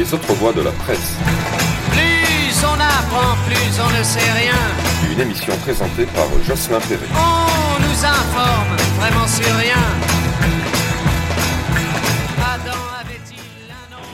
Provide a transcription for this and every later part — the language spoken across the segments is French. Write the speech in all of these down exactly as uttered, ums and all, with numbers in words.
Les autres voix de la presse. Plus on apprend, plus on ne sait rien. Une émission présentée par Jocelyn Perret. On nous informe vraiment sur rien. Adam avait-il un nom?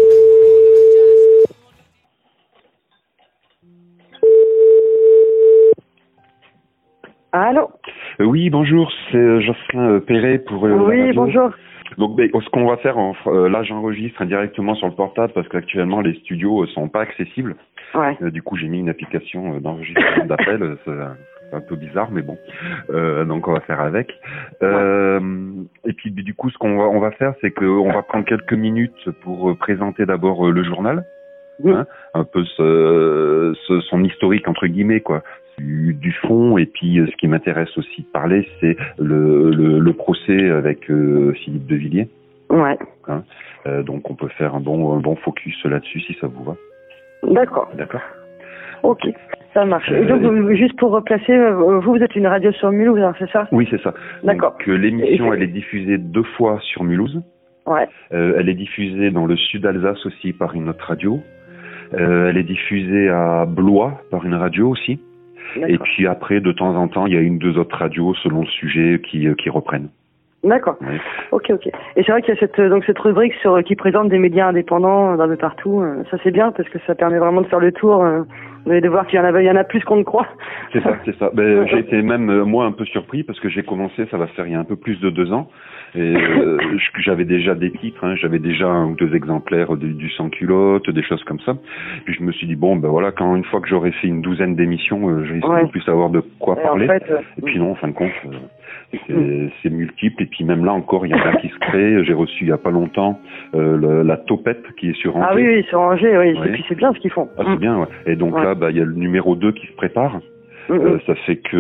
Allô? Euh, oui, bonjour, c'est Jocelyn Perret pour euh, Oui, la radio. bonjour. Donc, ben, ce qu'on va faire, en, euh, là, j'enregistre directement sur le portable parce qu'actuellement les studios euh, sont pas accessibles. Ouais. Euh, du coup, j'ai mis une application euh, d'enregistrement d'appel. euh, C'est c'est un peu bizarre, mais bon. Euh, donc, on va faire avec. Euh, et puis, du coup, ce qu'on va, on va faire, c'est qu'on va prendre quelques minutes pour euh, présenter d'abord euh, le journal. Oui. Hein, un peu ce, ce, son historique entre guillemets quoi, du, du fond, et puis euh, ce qui m'intéresse aussi de parler, c'est le, le, le procès avec euh, Philippe de Villiers. Ouais. Hein, euh, donc on peut faire un bon, un bon focus là-dessus si ça vous va. D'accord. D'accord. Ok, ça marche. Et donc, Euh, vous- juste pour replacer, euh, vous, vous êtes une radio sur Mulhouse, hein, c'est ça? Oui, c'est ça. D'accord. Donc euh, l'émission, Et- elle est diffusée deux fois sur Mulhouse. Ouais. Euh, elle est diffusée dans le sud Alsace aussi par une autre radio. Euh, elle est diffusée à Blois par une radio aussi. Et D'accord. puis après, de temps en temps, il y a une, deux autres radios selon le sujet qui, euh, qui reprennent. D'accord. Ouais. Ok, ok. Et c'est vrai qu'il y a cette, donc cette rubrique sur, qui présente des médias indépendants d'un peu partout. euh, Ça, c'est bien parce que ça permet vraiment de faire le tour. euh, Vous allez de voir qu'il y en a, il y en a plus qu'on ne croit. C'est ça, c'est ça. Ben, j'ai été même, euh, moi, un peu surpris parce que j'ai commencé, ça va faire il y a un peu plus de deux ans. Et euh, je- j'avais déjà des titres, hein, j'avais déjà un ou deux exemplaires du, du sans-culotte, des choses comme ça. Puis je me suis dit, bon, ben voilà, quand une fois que j'aurai fait une douzaine d'émissions, euh, je risque Ouais. de plus savoir de quoi Et parler. en fait, euh, Et puis non, en fin de compte, euh, c'est c'est multiple. Et puis même là encore, il y en a qui se créent. J'ai reçu il y a pas longtemps euh, le- la Topette qui est sur Angers. ah oui, oui, sur Angers, oui. Ouais. Et puis c'est bien ce qu'ils font. Ah, c'est bien, ouais. Et donc Ouais. là, bah, il y a le numéro deux qui se prépare. Mm, mm. Euh, ça fait que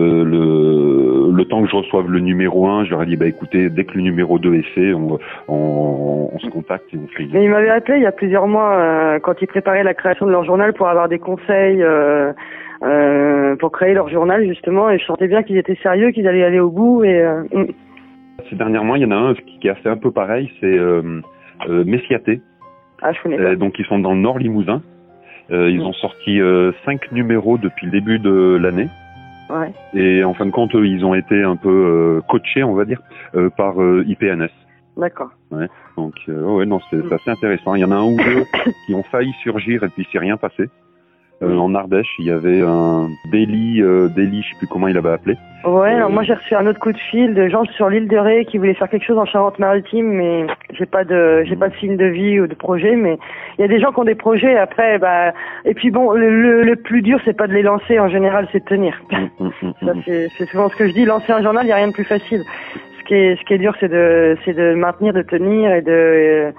le, le temps que je reçoive le numéro un, je leur ai dit, bah écoutez, dès que le numéro deux est fait, on, on, on se contacte et on fait une... Mais ils m'avaient appelé il y a plusieurs mois euh, quand ils préparaient la création de leur journal pour avoir des conseils euh, euh, pour créer leur journal justement, et je sentais bien qu'ils étaient sérieux, qu'ils allaient aller au bout. Et euh, mm. Ces dernièrement, il y en a un qui, qui a fait un peu pareil, c'est euh, euh, Messiaté. ah, je connais pas. Euh, donc ils sont dans le Nord Limousin. Euh, ils Mm. ont sorti euh, cinq numéros depuis le début de l'année. Ouais. Et en fin de compte, eux, ils ont été un peu euh, coachés, on va dire, euh, par euh, I P N S. D'accord. Ouais. Donc, euh, ouais, non, c'est c'est assez intéressant. Il y en a un ou deux qui ont failli surgir et puis il s'est rien passé. Euh, en Ardèche, il y avait un Déli, euh, Déli, je sais plus comment il avait appelé. Ouais, Euh, alors moi j'ai reçu un autre coup de fil de gens sur l'île de Ré qui voulaient faire quelque chose en Charente-Maritime, mais j'ai pas de j'ai pas de signe de vie ou de projet, mais il y a des gens qui ont des projets après, bah et puis bon, le, le, le plus dur c'est pas de les lancer, en général c'est de tenir. Hum, hum, hum, Ça hum. c'est c'est souvent ce que je dis, lancer un journal, il y a rien de plus facile. Ce qui est ce qui est dur c'est de c'est de maintenir, de tenir et de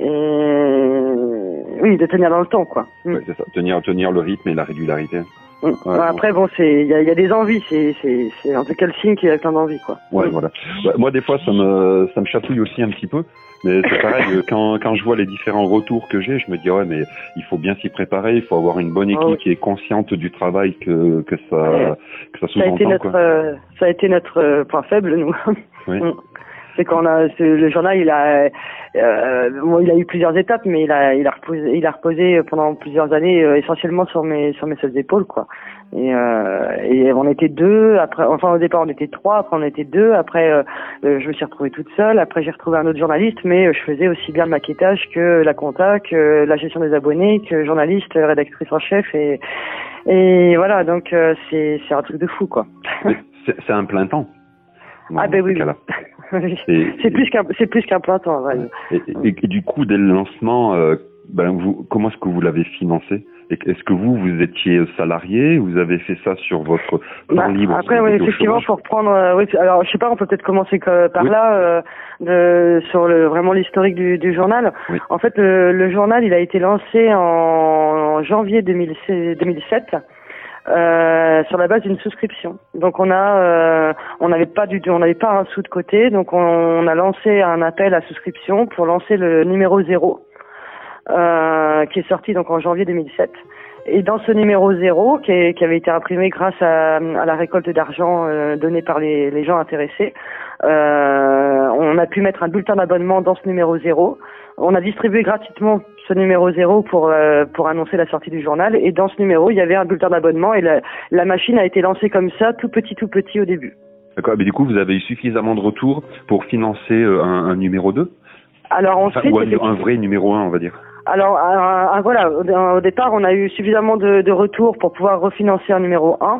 et, oui, de tenir dans le temps quoi. Mm. Ouais, c'est ça. Tenir, tenir le rythme et la régularité. Mm. Ouais, Ouais, après bon, c'est il y a, il y a des envies, c'est c'est c'est en tout cas le signe qu'il y a plein d'envies quoi. Ouais, Mm. voilà. Ouais, moi, des fois, ça me, ça me chatouille aussi un petit peu. Mais c'est pareil, euh, quand, quand je vois les différents retours que j'ai, je me dis, ouais, mais il faut bien s'y préparer, il faut avoir une bonne équipe Ah oui. qui est consciente du travail que, que ça, Ouais. que ça Ça a été sous-entend, notre quoi. euh, ça a été notre euh, point faible nous. Oui. Mm. C'est qu'on a c'est- le journal il a euh, bon, il a eu plusieurs étapes, mais il a il a reposé il a reposé pendant plusieurs années euh, essentiellement sur mes sur mes seules épaules quoi. Et, euh, et on était deux, après enfin au départ on était trois, après on était deux, après euh, euh, je me suis retrouvée toute seule, après j'ai retrouvé un autre journaliste, mais euh, je faisais aussi bien le maquettage que la compta, que la gestion des abonnés, que journaliste, rédactrice en chef, et et voilà, donc euh, c'est c'est un truc de fou quoi. Mais C'est c'est un plein temps. Ah Dans ben ce oui, cas-là. oui. Et- C'est plus qu'un c'est plus qu'un plein temps, ouais. Et, et- et du coup, dès le lancement, euh, ben vous, comment est-ce que vous l'avez financé? Et Est-ce que vous, vous étiez salarié? Vous avez fait ça sur votre temps Bah, libre? après, vous oui, étiez au effectivement, chômage pour reprendre, euh, oui, alors je sais pas, on peut peut-être commencer que par Oui. là, euh, de, sur le vraiment l'historique du, du journal. Oui. En fait, le, le journal, il a été lancé en, en janvier deux mille sept. Euh, sur la base d'une souscription. Donc on a, euh, on n'avait pas du, on n'avait pas un sou de côté, donc on, on a lancé un appel à souscription pour lancer le numéro zéro, euh, qui est sorti donc en janvier deux mille sept. Et dans ce numéro zéro, qui, est, qui avait été imprimé grâce à, à la récolte d'argent euh, donnée par les, les gens intéressés, euh, on a pu mettre un bulletin d'abonnement dans ce numéro zéro. On a distribué gratuitement ce numéro zéro pour euh, pour annoncer la sortie du journal. Et dans ce numéro, il y avait un bulletin d'abonnement et la, la machine a été lancée comme ça, tout petit, tout petit au début. D'accord, mais du coup, vous avez eu suffisamment de retours pour financer euh, un, un numéro deux? Alors ensuite, enfin, ou un, un vrai numéro un, on va dire. Alors un, un, voilà, au, au départ, on a eu suffisamment de, de retours pour pouvoir refinancer un numéro un.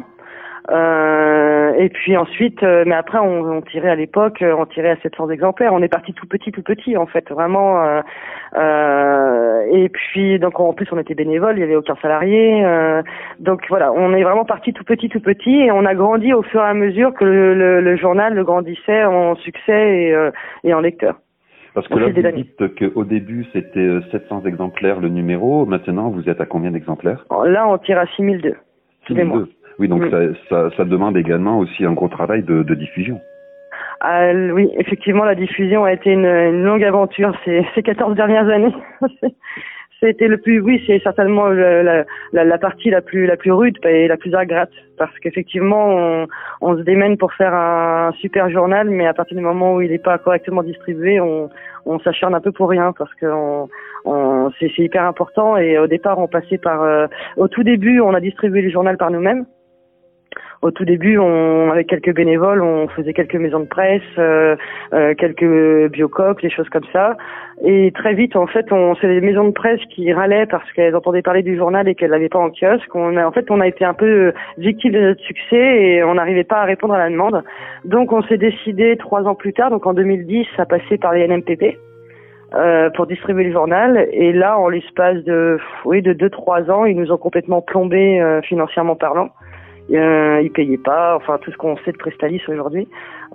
Euh, et puis ensuite, euh, mais après, on, on tirait à l'époque, on tirait à sept cents exemplaires. On est parti tout petit, tout petit, en fait, vraiment. Euh, euh, et puis, donc en plus, on était bénévole, il y avait aucun salarié. Euh, donc voilà, on est vraiment parti tout petit, tout petit, et on a grandi au fur et à mesure que le, le, le journal le grandissait en succès et, euh, et en lecteurs. Parce que là, vous dites qu'au début, c'était sept cents exemplaires le numéro. Maintenant, vous êtes à combien d'exemplaires? Là, on tire à six mille deux tous les mois. Oui, donc mmh. ça, ça, ça demande également aussi un gros travail de, de diffusion. Ah, oui, effectivement, la diffusion a été une, une longue aventure ces, ces quatorze dernières années. C'était le plus, oui, c'est certainement le, la, la, la partie la plus, la plus rude et la plus ingrate, parce qu'effectivement, on, on se démène pour faire un super journal, mais à partir du moment où il n'est pas correctement distribué, on, on s'acharne un peu pour rien, parce que on, on, c'est, c'est hyper important. Et au départ, on passait par, euh, au tout début, on a distribué le journal par nous-mêmes. Au tout début, on, avec quelques bénévoles, on faisait quelques maisons de presse, euh, euh, quelques biocoques, des choses comme ça. Et très vite, en fait, on, c'est les maisons de presse qui râlaient parce qu'elles entendaient parler du journal et qu'elles l'avaient pas en kiosque. On a, en fait, on a été un peu victime de notre succès et on n'arrivait pas à répondre à la demande. Donc, on s'est décidé trois ans plus tard, donc en deux mille dix, à passer par les N M P P. Euh, pour distribuer le journal, et là, en l'espace de, oui, de deux, trois ans, ils nous ont complètement plombé euh, financièrement parlant. Euh, ils payaient pas, enfin tout ce qu'on sait de Prestalis aujourd'hui.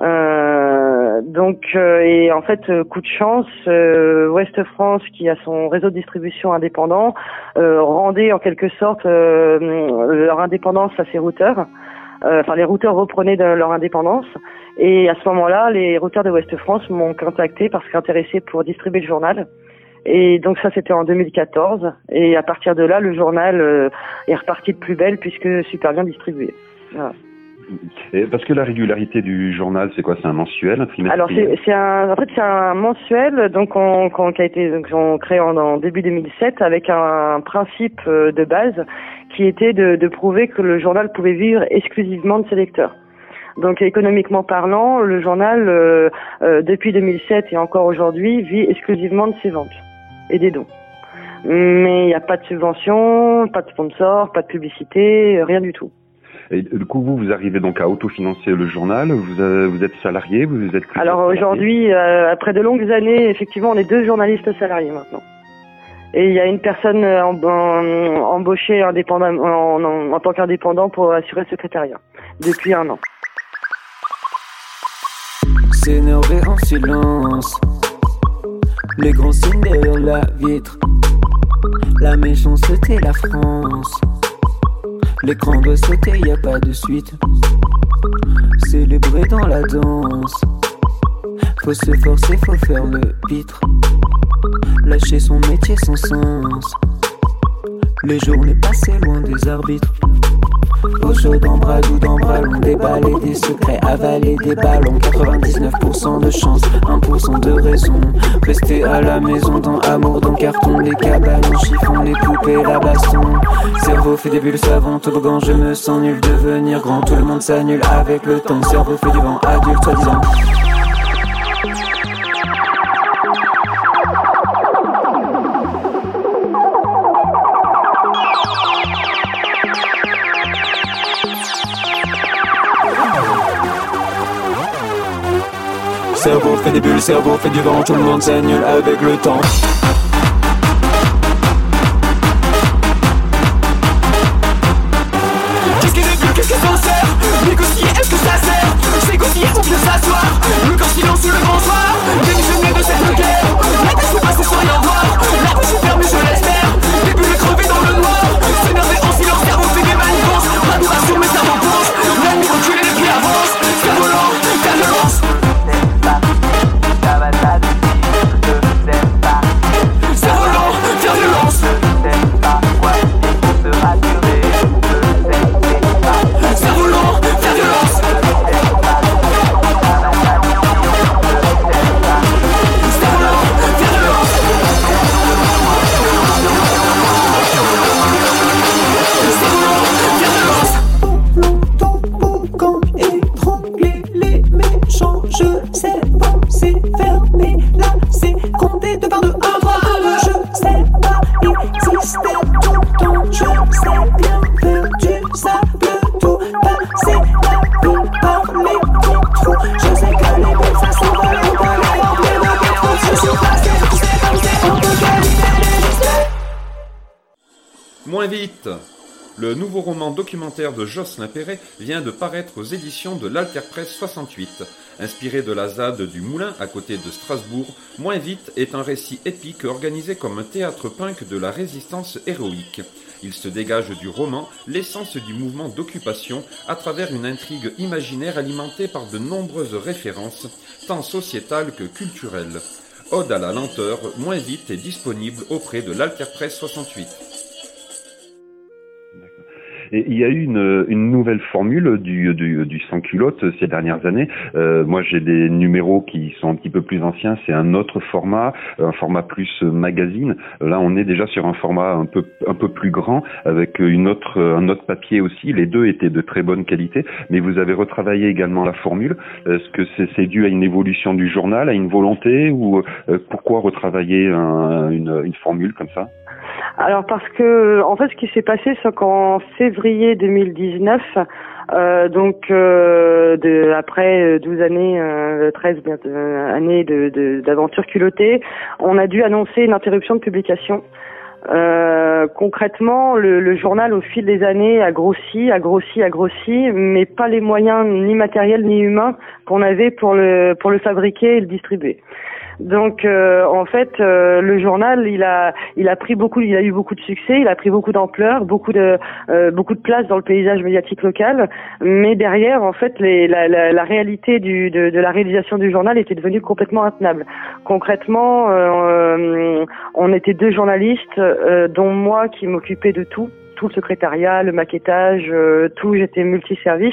Euh, donc euh, et en fait euh, coup de chance, euh, Ouest France, qui a son réseau de distribution indépendant, euh, rendait en quelque sorte euh, leur indépendance à ses routeurs. Euh, enfin les routeurs reprenaient de leur indépendance. Et à ce moment-là, les routeurs de Ouest France m'ont contacté parce qu'intéressés pour distribuer le journal. Et donc ça, c'était en deux mille quatorze. Et à partir de là, le journal euh, est reparti de plus belle puisque super bien distribué. Voilà. Et parce que la régularité du journal, c'est quoi? C'est un mensuel, un trimestriel? Alors c'est, c'est un, en fait c'est un mensuel, donc on, on, qui a été donc on créé en, en début deux mille sept avec un, un principe de base qui était de, de prouver que le journal pouvait vivre exclusivement de ses lecteurs. Donc économiquement parlant, le journal euh, euh, depuis deux mille sept et encore aujourd'hui vit exclusivement de ses ventes et des dons. Mais il n'y a pas de subvention, pas de sponsor, pas de publicité, rien du tout. Et du coup, vous, vous arrivez donc à autofinancer le journal. Vous, euh, vous êtes salarié, vous êtes. Alors aujourd'hui, euh, après de longues années, effectivement, on est deux journalistes salariés maintenant. Et il y a une personne en, en, embauchée indépendant, en, en, en tant qu'indépendant pour assurer le secrétariat depuis un an. S'énerver en silence, les grands signes derrière la vitre, la méchanceté, la France. L'écran doit sauter, y a pas de suite. Célébrer dans la danse, faut se forcer, faut faire le pitre. Lâcher son métier sans sens, les journées passées loin des arbitres. Au chaud d'embrade ou d'embrale, on déballer des secrets, avaler des ballons. quatre-vingt-dix-neuf pour cent de chance, un pour cent de raison. Rester à la maison dans amour, dans carton, les cabanes en chiffon, les poupées, la baston. Cerveau fait des bulles savants, toboggan, je me sens nul. Devenir grand, tout le monde s'annule avec le temps. Cerveau fait du vent, adulte soi-disant. Cerveau fait des bulles, cerveau fait du vent, tout le monde s'annule avec le temps. Qu'est-ce que les bulles, qu'est-ce que ça sert? Négocier, est-ce que ça sert? Négocier ou bien s'asseoir? Le corps silence sous le grand soir. Démissionner de cette guerre. La tête se passe sans rien voir. La bouche est fermée, je l'espère. Des bulles crevées dans le noir. S'énerver en silence, cerveau fait des manigances. Adoration, mais ça m'enfonce. L'ennemi recule et les pieds avancent. Cerveau lent, calme lance. Monolithe. Le nouveau roman documentaire de Jocelyn Perret vient de paraître aux éditions de l'Alterpresse soixante-huit. Inspiré de la Z A D du Moulin à côté de Strasbourg, Moins vite est un récit épique organisé comme un théâtre punk de la résistance héroïque. Il se dégage du roman l'essence du mouvement d'occupation à travers une intrigue imaginaire alimentée par de nombreuses références, tant sociétales que culturelles. Ode à la lenteur, Moins vite est disponible auprès de l'Alterpresse soixante-huit. Et il y a eu une, une nouvelle formule du, du, du sans-culotte ces dernières années. Euh, moi, j'ai des numéros qui sont un petit peu plus anciens. C'est un autre format, un format plus magazine. Là, on est déjà sur un format un peu un peu plus grand, avec une autre un autre papier aussi. Les deux étaient de très bonne qualité. Mais vous avez retravaillé également la formule. Est-ce que c'est, c'est dû à une évolution du journal, à une volonté, ou euh, pourquoi retravailler un, une, une formule comme ça? Alors parce que en fait ce qui s'est passé c'est qu'en février deux mille dix-neuf, euh, donc euh, de, après douze années, euh, treize euh, années de, de, d'aventure culottée, on a dû annoncer une interruption de publication. Euh, concrètement, le, le journal au fil des années a grossi, a grossi, a grossi, mais pas les moyens ni matériels ni humains qu'on avait pour le pour le fabriquer et le distribuer. Donc euh, en fait euh, le journal il a il a pris beaucoup il a eu beaucoup de succès, il a pris beaucoup d'ampleur, beaucoup de euh, beaucoup de place dans le paysage médiatique local, mais derrière en fait les, la, la, la réalité du de, de la réalisation du journal était devenue complètement intenable. Concrètement euh, on était deux journalistes euh, dont moi qui m'occupais de tout. tout le secrétariat, le maquettage, euh, tout, j'étais multiservice.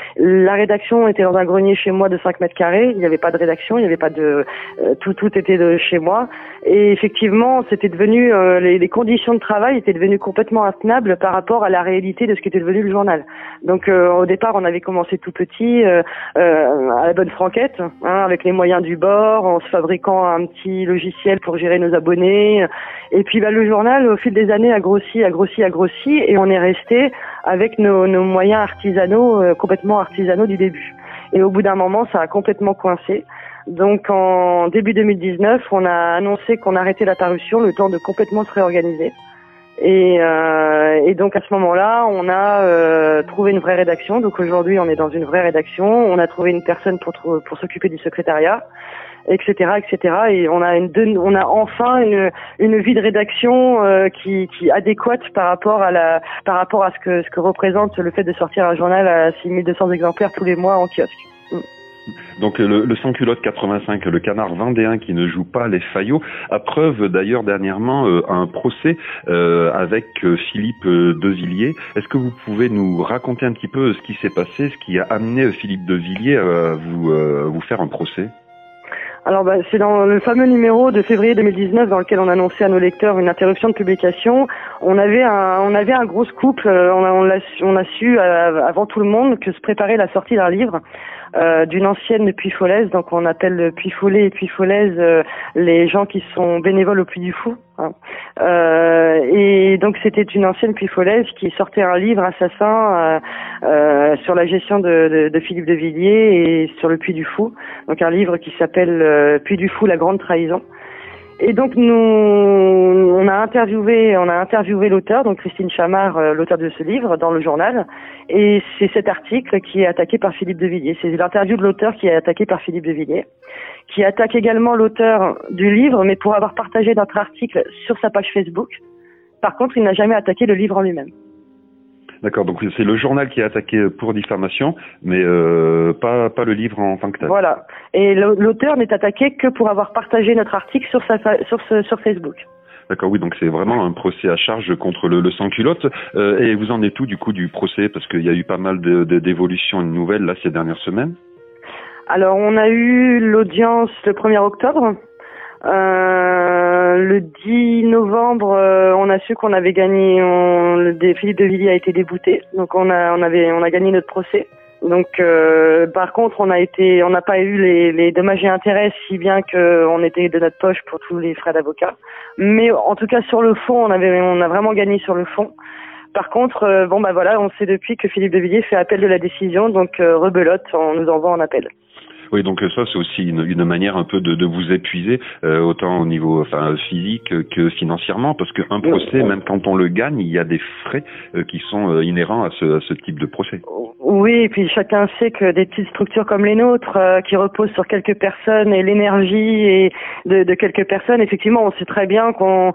La rédaction était dans un grenier chez moi de cinq mètres carrés, il n'y avait pas de rédaction, il n'y avait pas de... Euh, tout tout était de chez moi. Et effectivement, c'était devenu... Euh, les, les conditions de travail étaient devenues complètement intenables par rapport à la réalité de ce qui était devenu le journal. Donc euh, au départ, on avait commencé tout petit, euh, euh, à la bonne franquette, hein, avec les moyens du bord, en se fabriquant un petit logiciel pour gérer nos abonnés. Et puis bah, le journal, au fil des années, a grossi, a grossi, a grossi. Et on est resté avec nos, nos moyens artisanaux, euh, complètement artisanaux du début. Et au bout d'un moment, ça a complètement coincé. Donc en début deux mille dix-neuf, on a annoncé qu'on arrêtait la parution, le temps de complètement se réorganiser. Et, euh, et donc à ce moment-là, on a euh, trouvé une vraie rédaction. Donc aujourd'hui, on est dans une vraie rédaction. On a trouvé une personne pour, pour s'occuper du secrétariat, et cetera, et cetera. Et on a une, on a enfin une, une vie de rédaction euh, qui, qui est adéquate par rapport à la, par rapport à ce que, ce que représente le fait de sortir un journal à six mille deux cents exemplaires tous les mois en kiosque. Mm. Donc le, le sans-culotte quatre-vingt-cinq, le canard vendéen qui ne joue pas les faillots, a preuve d'ailleurs dernièrement euh, un procès euh, avec euh, Philippe euh, Devilliers. Est-ce que vous pouvez nous raconter un petit peu ce qui s'est passé, ce qui a amené euh, Philippe Devilliers à vous, euh, vous faire un procès? Alors bah, c'est dans le fameux numéro de février deux mille dix-neuf dans lequel on annonçait à nos lecteurs une interruption de publication. On avait un, on avait un gros scoop. Euh, on, a, on, l'a, on a su euh, avant tout le monde que se préparait la sortie d'un livre euh, d'une ancienne Puy-Folaise. Donc on appelle Puy-Folais et Puy-Folaise euh, les gens qui sont bénévoles au Puy du Fou. Hein. Euh, et donc c'était une ancienne Puy-Folaise qui sortait un livre assassin euh, euh, sur la gestion de, de, de Philippe Devilliers et sur le Puy du Fou. Donc un livre qui s'appelle euh, Puy du Fou, la grande trahison. Et donc nous, on a interviewé, on a interviewé l'auteur, donc Christine Chamard, euh, l'auteur de ce livre, dans le journal. Et c'est cet article qui est attaqué par Philippe Devilliers. C'est l'interview de l'auteur qui est attaqué par Philippe Devilliers, qui attaque également l'auteur du livre, mais pour avoir partagé notre article sur sa page Facebook. Par contre, il n'a jamais attaqué le livre en lui-même. D'accord, donc c'est le journal qui est attaqué pour diffamation, mais euh, pas pas le livre en tant que tel. Voilà. Et l'auteur n'est attaqué que pour avoir partagé notre article sur sa sur ce, sur Facebook. D'accord, oui, donc c'est vraiment un procès à charge contre le, le sans-culotte. Euh, et vous en êtes où du coup du procès, parce qu'il y a eu pas mal de, de, d'évolutions et de nouvelles là ces dernières semaines? Alors on a eu l'audience le premier octobre. Euh, le dix novembre, euh, on a su qu'on avait gagné. On, le, Philippe Devilliers a été débouté, donc on a, on avait, on a gagné notre procès. Donc, euh, par contre, on a été, on n'a pas eu les, les dommages et intérêts, si bien qu'on était de notre poche pour tous les frais d'avocat. Mais en tout cas, sur le fond, on avait, on a vraiment gagné sur le fond. Par contre, euh, bon bah voilà, on sait depuis que Philippe Devilliers fait appel de la décision, donc euh, rebelote, on nous envoie en appel. Oui, donc ça c'est aussi une, une manière un peu de, de vous épuiser, euh, autant au niveau enfin physique que financièrement, parce qu'un procès, même quand on le gagne, il y a des frais euh, qui sont euh, inhérents à ce, à ce type de procès. Oui, et puis chacun sait que des petites structures comme les nôtres, euh, qui reposent sur quelques personnes et l'énergie et de, de quelques personnes, effectivement, on sait très bien qu'on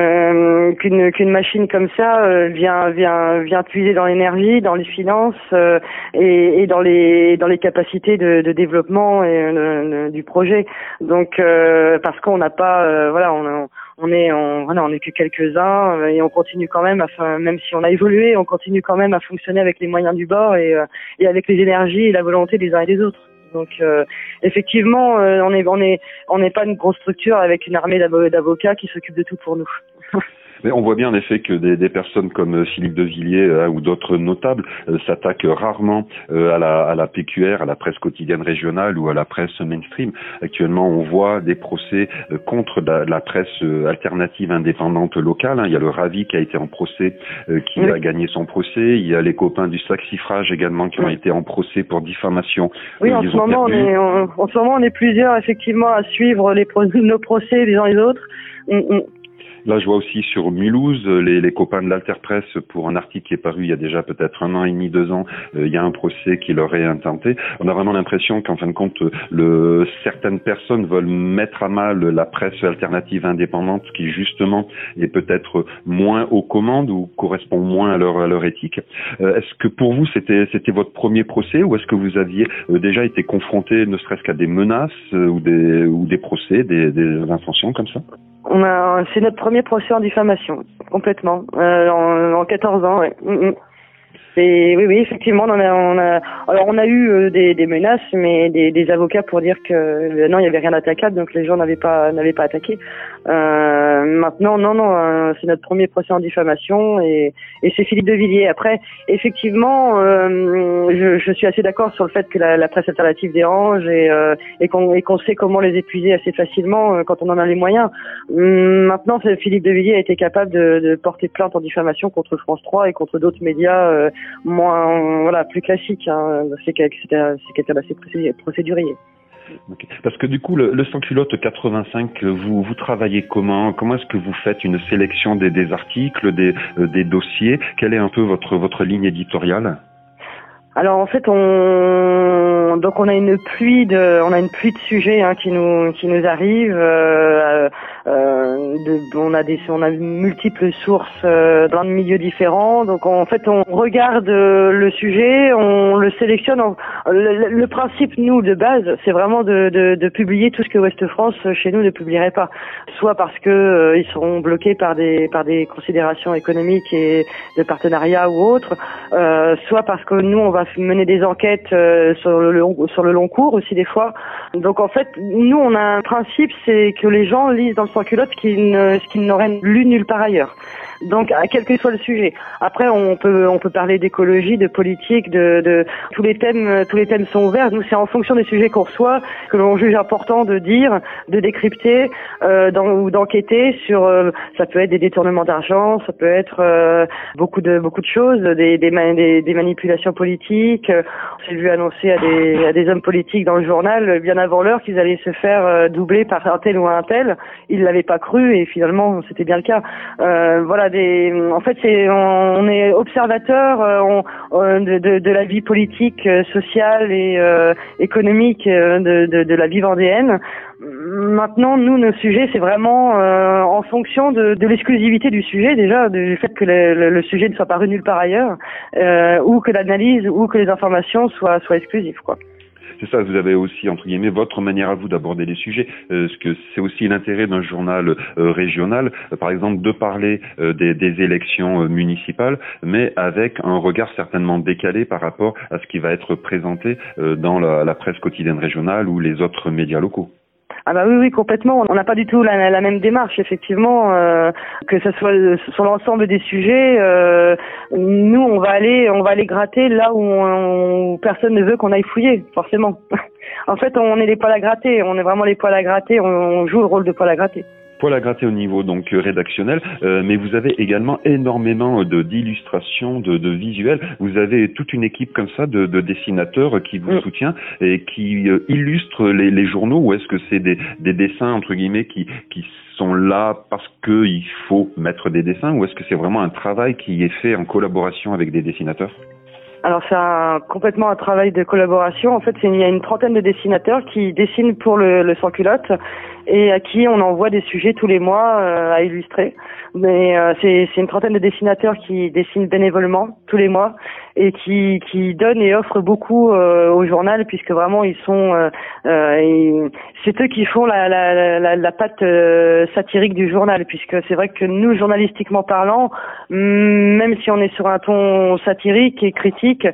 euh, qu'une qu'une machine comme ça euh, vient vient vient puiser dans l'énergie, dans les finances euh, et, et dans les dans les capacités de, de développement et euh, du projet. Donc euh, parce qu'on n'a pas euh, voilà on on est on voilà on est que quelques-uns et on continue quand même à, même si on a évolué, on continue quand même à fonctionner avec les moyens du bord et euh, et avec les énergies et la volonté des uns et des autres. Donc euh, effectivement euh, on est on est on n'est pas une grosse structure avec une armée d'avo- d'avocats qui s'occupent de tout pour nous. Mais on voit bien en effet que des, des personnes comme Philippe de Villiers euh, ou d'autres notables euh, s'attaquent rarement euh, à, la, à la P Q R, à la presse quotidienne régionale ou à la presse mainstream. Actuellement, on voit des procès euh, contre la, la presse euh, alternative indépendante locale. Hein. Il y a le Ravi qui a été en procès, euh, qui oui. a gagné son procès. Il y a les copains du Saxifrage également qui oui. ont été en procès pour diffamation. Oui, en ce moment, on est, en, en ce moment, on est plusieurs effectivement à suivre les pro- nos procès les uns les autres. On, on... Là, je vois aussi sur Mulhouse, les, les copains de l'Alterpresse, pour un article qui est paru il y a déjà peut-être un an et demi, deux ans, euh, il y a un procès qui leur est intenté. On a vraiment l'impression qu'en fin de compte, le, certaines personnes veulent mettre à mal la presse alternative indépendante, qui justement est peut-être moins aux commandes ou correspond moins à leur, à leur éthique. Euh, est-ce que pour vous, c'était, c'était votre premier procès, ou est-ce que vous aviez euh, déjà été confronté, ne serait-ce qu'à des menaces euh, ou des, ou des procès, des, des intentions comme ça? On a, c'est notre premier procès en diffamation, complètement, euh, en, en quatorze ans, ouais. Mm-mm. Et oui, oui, effectivement, on a, on a, alors on a eu euh, des, des menaces, mais des, des avocats pour dire que euh, non, il y avait rien d'attaquable, donc les gens n'avaient pas, n'avaient pas attaqué. Euh, maintenant, non, non, euh, c'est notre premier procès en diffamation et, et c'est Philippe de Villiers. Après, effectivement, euh, je, je suis assez d'accord sur le fait que la, la presse alternative dérange et, euh, et qu'on, et qu'on sait comment les épuiser assez facilement euh, quand on en a les moyens. Hum, maintenant, Philippe de Villiers a été capable de, de porter plainte en diffamation contre France trois et contre d'autres médias. Euh, moins voilà plus classique hein. c'est quelqu'un c'est quelqu'un d'assez procédurier. Okay. Parce que du coup le, le sans culotte quatre-vingt-cinq, vous vous travaillez comment comment est-ce que vous faites une sélection des, des articles, des euh, des dossiers? Quelle est un peu votre votre ligne éditoriale? Alors en fait on donc on a une pluie de on a une pluie de sujets hein, qui nous qui nous arrivent euh, euh, de, on a des on a multiples sources euh, dans de milieux différents, donc en fait on regarde euh, le sujet, on le sélectionne. On, le, le principe nous de base c'est vraiment de, de, de publier tout ce que Ouest France chez nous ne publierait pas, soit parce que euh, ils seront bloqués par des par des considérations économiques et de partenariat ou autres, euh, soit parce que nous on va mener des enquêtes euh, sur le long, sur le long cours aussi des fois. Donc en fait, nous on a un principe, c'est que les gens lisent dans le sans culotte ce qu'ils ne, ce qu'ils n'auraient lu nulle part ailleurs. Donc, à quel que soit le sujet. Après, on peut, on peut parler d'écologie, de politique, de, de tous les thèmes, tous les thèmes sont ouverts. Nous, c'est en fonction des sujets qu'on reçoit que l'on juge important de dire, de décrypter, euh, d'en, ou d'enquêter sur. Euh, ça peut être des détournements d'argent, ça peut être euh, beaucoup de, beaucoup de choses, des, des, des, des manipulations politiques. On s'est vu annoncer à des, à des hommes politiques dans le journal bien avant l'heure qu'ils allaient se faire euh, doubler par un tel ou un tel. Ils l'avaient pas cru et finalement, c'était bien le cas. Euh, voilà. Des, en fait, c'est, on, on est observateur euh, on, on, de, de, de la vie politique, euh, sociale et euh, économique euh, de, de, de la vie vendéenne. Maintenant, nous, nos sujets, c'est vraiment euh, en fonction de, de l'exclusivité du sujet, déjà, du fait que le, le, le sujet ne soit paru nulle part ailleurs, euh, ou que l'analyse ou que les informations soient, soient exclusives, quoi. C'est ça, vous avez aussi, entre guillemets, votre manière à vous d'aborder les sujets, euh, ce que c'est aussi l'intérêt d'un journal euh, régional, euh, par exemple, de parler euh, des, des élections euh, municipales, mais avec un regard certainement décalé par rapport à ce qui va être présenté euh, dans la, la presse quotidienne régionale ou les autres médias locaux. Ah bah oui, oui, complètement. On n'a pas du tout la, la même démarche, effectivement, euh, que ce soit sur l'ensemble des sujets. Euh, nous, on va aller, on va aller gratter là où, on, où personne ne veut qu'on aille fouiller, forcément. En fait, on est les poils à gratter. On est vraiment les poils à gratter. On, on joue le rôle de poils à gratter. Poil à gratter au niveau donc rédactionnel, euh, mais vous avez également énormément de d'illustrations, de, de visuels. Vous avez toute une équipe comme ça de, de dessinateurs qui vous mmh. soutient et qui euh, illustrent les, les journaux, ou est-ce que c'est des, des dessins entre guillemets qui qui sont là parce que il faut mettre des dessins, ou est-ce que c'est vraiment un travail qui est fait en collaboration avec des dessinateurs? Alors c'est un, complètement un travail de collaboration. En fait, c'est, il y a une trentaine de dessinateurs qui dessinent pour le, le sans-culotte et à qui on envoie des sujets tous les mois euh, à illustrer. Mais euh, c'est, c'est une trentaine de dessinateurs qui dessinent bénévolement tous les mois et qui, qui donnent et offrent beaucoup euh, au journal, puisque vraiment ils sont, euh, euh, et c'est eux qui font la, la, la, la patte euh, satirique du journal, puisque c'est vrai que nous, journalistiquement parlant, même si on est sur un ton satirique et critique,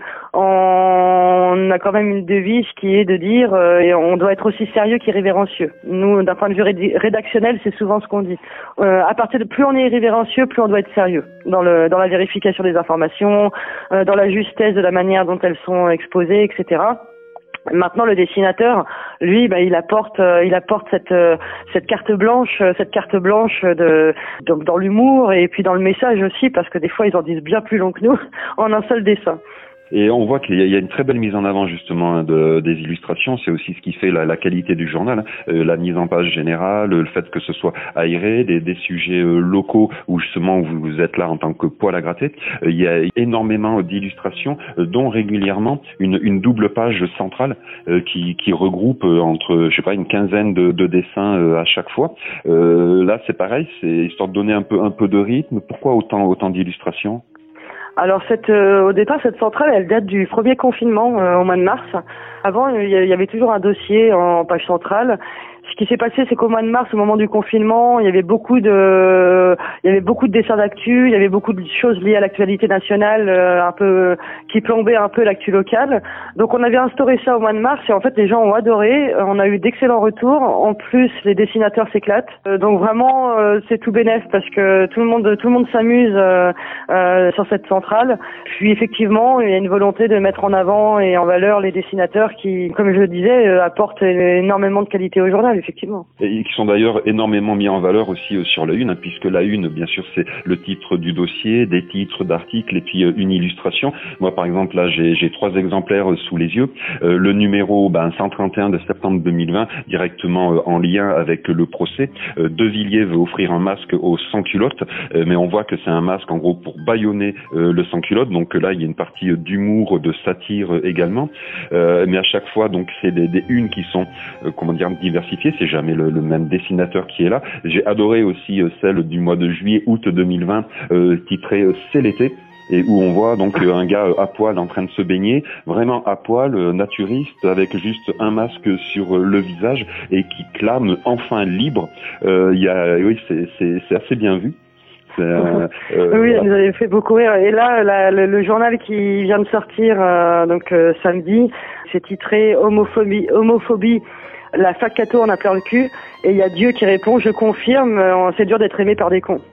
on a quand même une devise qui est de dire euh, et on doit être aussi sérieux qu'irrévérencieux. Nous, d'un point de vue réd- rédactionnel, c'est souvent ce qu'on dit. Euh, à partir de plus on est irrévérencieux, plus on doit être sérieux dans le dans la vérification des informations, euh, dans la justesse de la manière dont elles sont exposées, et cetera. Maintenant, le dessinateur, lui, bah, il apporte, euh, il apporte cette euh, cette carte blanche, euh, cette carte blanche de donc dans l'humour et puis dans le message aussi, parce que des fois ils en disent bien plus long que nous en un seul dessin. Et on voit qu'il y a une très belle mise en avant justement de, des illustrations. C'est aussi ce qui fait la, la qualité du journal, euh, la mise en page générale, le fait que ce soit aéré, des, des sujets euh, locaux où justement vous, vous êtes là en tant que poil à gratter. Euh, il y a énormément d'illustrations, euh, dont régulièrement une, une double page centrale euh, qui, qui regroupe euh, entre, je sais pas, une quinzaine de, de dessins euh, à chaque fois. Euh, là, c'est pareil, c'est histoire de donner un peu un peu de rythme. Pourquoi autant autant d'illustrations? Alors cette, euh, au départ, cette centrale, elle date du premier confinement euh, au mois de mars. Avant, il y avait toujours un dossier en page centrale. Ce qui s'est passé, c'est qu'au mois de mars, au moment du confinement, il y avait beaucoup de, il y avait beaucoup de dessins d'actu, il y avait beaucoup de choses liées à l'actualité nationale, euh, un peu, qui plombaient un peu l'actu locale. Donc on avait instauré ça au mois de mars et en fait les gens ont adoré. On a eu d'excellents retours. En plus, les dessinateurs s'éclatent. Euh, donc vraiment, euh, c'est tout bénef parce que tout le monde, tout le monde s'amuse euh, euh, sur cette centrale. Puis effectivement, il y a une volonté de mettre en avant et en valeur les dessinateurs qui, comme je le disais, euh, apportent énormément de qualité au journal. Effectivement. Et qui sont d'ailleurs énormément mis en valeur aussi euh, sur la une, hein, puisque la une, bien sûr, c'est le titre du dossier, des titres d'articles et puis euh, une illustration. Moi, par exemple, là, j'ai, j'ai trois exemplaires euh, sous les yeux. Euh, le numéro ben, cent trente et un de septembre deux mille vingt, directement euh, en lien avec euh, le procès. Euh, De Villiers veut offrir un masque aux sans-culottes, euh, mais on voit que c'est un masque, en gros, pour bâillonner euh, le sans-culotte. Donc là, il y a une partie euh, d'humour, de satire euh, également. Euh, mais à chaque fois, donc, c'est des, des unes qui sont, euh, comment dire, diversifiées. C'est jamais le, le même dessinateur qui est là. J'ai adoré aussi euh, celle du mois de juillet-août deux mille vingt, euh, titrée euh, C'est l'été, et où on voit donc euh, un gars euh, à poil en train de se baigner, vraiment à poil, euh, naturiste, avec juste un masque sur euh, le visage et qui clame enfin libre. Euh, il y a, oui, c'est, c'est, c'est assez bien vu. Euh, euh, oui, elle nous avait fait beaucoup rire. Et là, la, le, le journal qui vient de sortir, euh, donc euh, samedi, c'est titré Homophobie, homophobie. La fac Cato en a plein le cul, et il y a Dieu qui répond, je confirme, euh, c'est dur d'être aimé par des cons.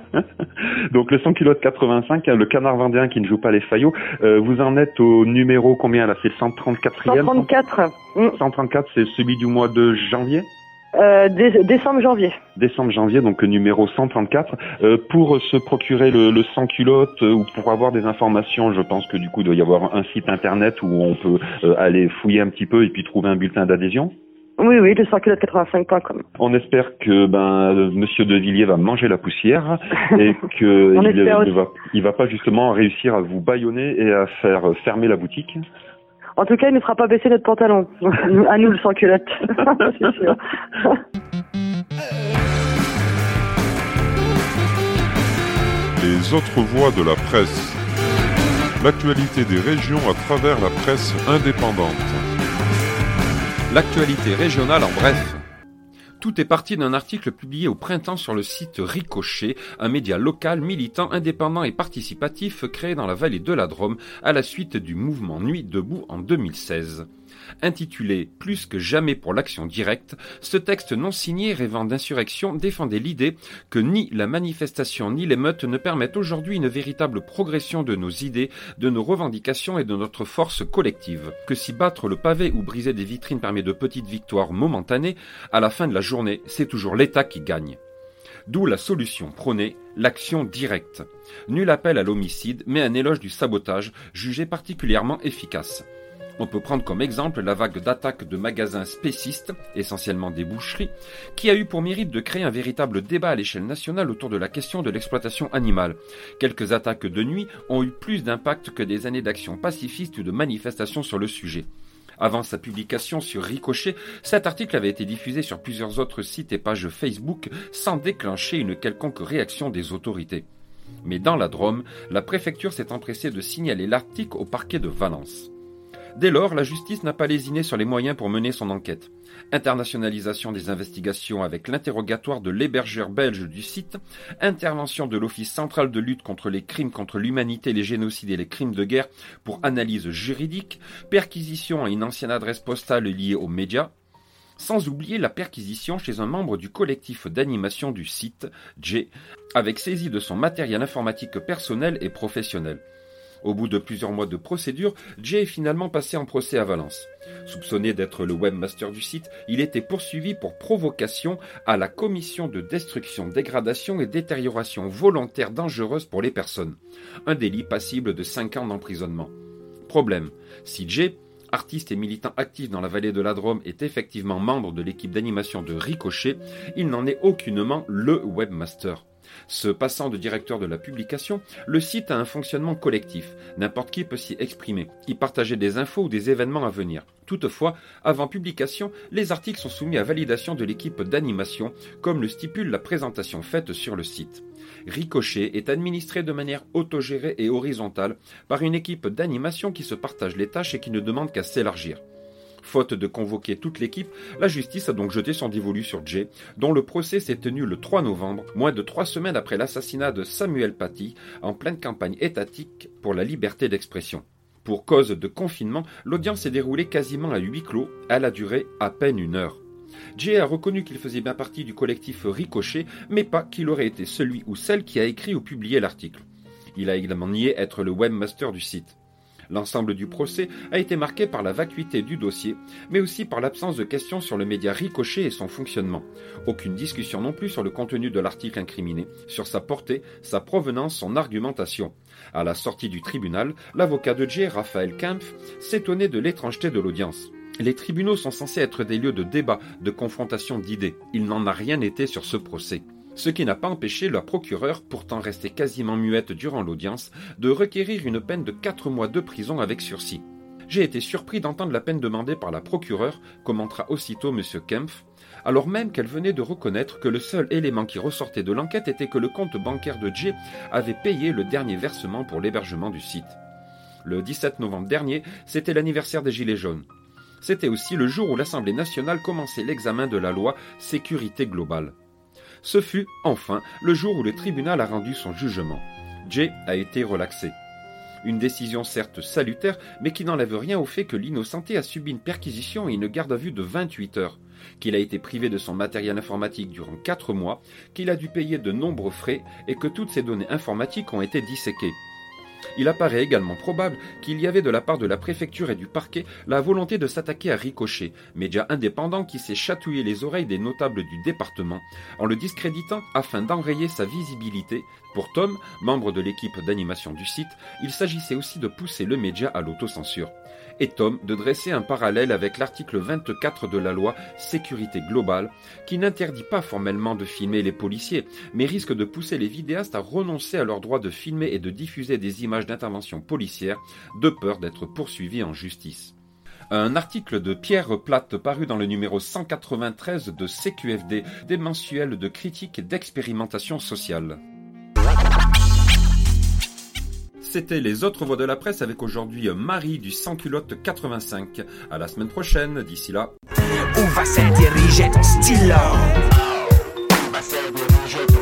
Donc le sans-culotte quatre-vingt-cinq, le canard vendéen qui ne joue pas les faillots, euh, vous en êtes au numéro combien là? C'est le cent trente-quatrième? cent trente-quatre. cent trente-quatre, c'est celui du mois de janvier? Euh, dé- décembre janvier. Décembre janvier, donc numéro cent trente-quatre. Euh, pour se procurer le, le sans-culotte euh, ou pour avoir des informations, je pense que du coup il doit y avoir un site internet où on peut euh, aller fouiller un petit peu et puis trouver un bulletin d'adhésion. Oui, oui, le sans culotte quatre-vingt-cinq point com. On espère que ben Monsieur De Villiers va manger la poussière et que il, il va, il va pas justement réussir à vous bâillonner et à faire fermer la boutique. En tout cas, il ne fera pas baisser notre pantalon. À nous le sans culotte, c'est sûr. Les autres voix de la presse. L'actualité des régions à travers la presse indépendante. L'actualité régionale en bref. Tout est parti d'un article publié au printemps sur le site Ricochet, un média local, militant, indépendant et participatif créé dans la vallée de la Drôme à la suite du mouvement Nuit debout en deux mille seize. Intitulé « Plus que jamais pour l'action directe », ce texte non signé rêvant d'insurrection défendait l'idée que ni la manifestation ni l'émeute ne permettent aujourd'hui une véritable progression de nos idées, de nos revendications et de notre force collective. Que si battre le pavé ou briser des vitrines permet de petites victoires momentanées, à la fin de la journée, c'est toujours l'État qui gagne. D'où la solution prônée, l'action directe. Nul appel à l'homicide, mais un éloge du sabotage, jugé particulièrement efficace. On peut prendre comme exemple la vague d'attaques de magasins spécistes, essentiellement des boucheries, qui a eu pour mérite de créer un véritable débat à l'échelle nationale autour de la question de l'exploitation animale. Quelques attaques de nuit ont eu plus d'impact que des années d'action pacifiste ou de manifestations sur le sujet. Avant sa publication sur Ricochet, cet article avait été diffusé sur plusieurs autres sites et pages Facebook sans déclencher une quelconque réaction des autorités. Mais dans la Drôme, la préfecture s'est empressée de signaler l'article au parquet de Valence. Dès lors, la justice n'a pas lésiné sur les moyens pour mener son enquête. Internationalisation des investigations avec l'interrogatoire de l'hébergeur belge du site, intervention de l'Office central de lutte contre les crimes contre l'humanité, les génocides et les crimes de guerre pour analyse juridique, perquisition à une ancienne adresse postale liée aux médias, sans oublier la perquisition chez un membre du collectif d'animation du site, Jay, avec saisie de son matériel informatique personnel et professionnel. Au bout de plusieurs mois de procédure, Jay est finalement passé en procès à Valence. Soupçonné d'être le webmaster du site, il était poursuivi pour provocation à la commission de destruction, dégradation et détérioration volontaire dangereuse pour les personnes. Un délit passible de cinq ans d'emprisonnement. Problème, si Jay, artiste et militant actif dans la vallée de la Drôme, est effectivement membre de l'équipe d'animation de Ricochet, il n'en est aucunement le webmaster. Se passant de directeur de la publication, le site a un fonctionnement collectif. N'importe qui peut s'y exprimer, y partager des infos ou des événements à venir. Toutefois, avant publication, les articles sont soumis à validation de l'équipe d'animation, comme le stipule la présentation faite sur le site. Ricochet est administré de manière autogérée et horizontale par une équipe d'animation qui se partage les tâches et qui ne demande qu'à s'élargir. Faute de convoquer toute l'équipe, la justice a donc jeté son dévolu sur Jay, dont le procès s'est tenu le trois novembre, moins de trois semaines après l'assassinat de Samuel Paty, en pleine campagne étatique pour la liberté d'expression. Pour cause de confinement, l'audience s'est déroulée quasiment à huis clos, elle a duré à peine une heure. Jay a reconnu qu'il faisait bien partie du collectif Ricochet, mais pas qu'il aurait été celui ou celle qui a écrit ou publié l'article. Il a également nié être le webmaster du site. L'ensemble du procès a été marqué par la vacuité du dossier, mais aussi par l'absence de questions sur le média Ricochet et son fonctionnement. Aucune discussion non plus sur le contenu de l'article incriminé, sur sa portée, sa provenance, son argumentation. À la sortie du tribunal, l'avocat de Jay, Raphaël Kempf, s'étonnait de l'étrangeté de l'audience. Les tribunaux sont censés être des lieux de débat, de confrontation d'idées. Il n'en a rien été sur ce procès. Ce qui n'a pas empêché la procureure, pourtant restée quasiment muette durant l'audience, de requérir une peine de quatre mois de prison avec sursis. J'ai été surpris d'entendre la peine demandée par la procureure, commentera aussitôt M. Kempf, alors même qu'elle venait de reconnaître que le seul élément qui ressortait de l'enquête était que le compte bancaire de Jay avait payé le dernier versement pour l'hébergement du site. Le dix-sept novembre dernier, c'était l'anniversaire des Gilets jaunes. C'était aussi le jour où l'Assemblée nationale commençait l'examen de la loi Sécurité globale. Ce fut, enfin, le jour où le tribunal a rendu son jugement. Jay a été relaxé. Une décision certes salutaire, mais qui n'enlève rien au fait que l'innocenté a subi une perquisition et une garde à vue de vingt-huit heures, qu'il a été privé de son matériel informatique durant quatre mois, qu'il a dû payer de nombreux frais et que toutes ses données informatiques ont été disséquées. Il apparaît également probable qu'il y avait de la part de la préfecture et du parquet la volonté de s'attaquer à Ricochet, média indépendant qui s'est chatouillé les oreilles des notables du département, en le discréditant afin d'enrayer sa visibilité. Pour Tom, membre de l'équipe d'animation du site, il s'agissait aussi de pousser le média à l'autocensure. Et Tom de dresser un parallèle avec l'article vingt-quatre de la loi Sécurité globale, qui n'interdit pas formellement de filmer les policiers, mais risque de pousser les vidéastes à renoncer à leur droit de filmer et de diffuser des images d'intervention policière, de peur d'être poursuivis en justice. Un article de Pierre Platte paru dans le numéro cent quatre-vingt-treize de C Q F D, des mensuels de critique et d'expérimentation sociale. C'était les autres voix de la presse avec aujourd'hui Marie du Sans-Culotte quatre-vingt-cinq. À la semaine prochaine, d'ici là. Où va se diriger ton stylo? Où va se diriger ton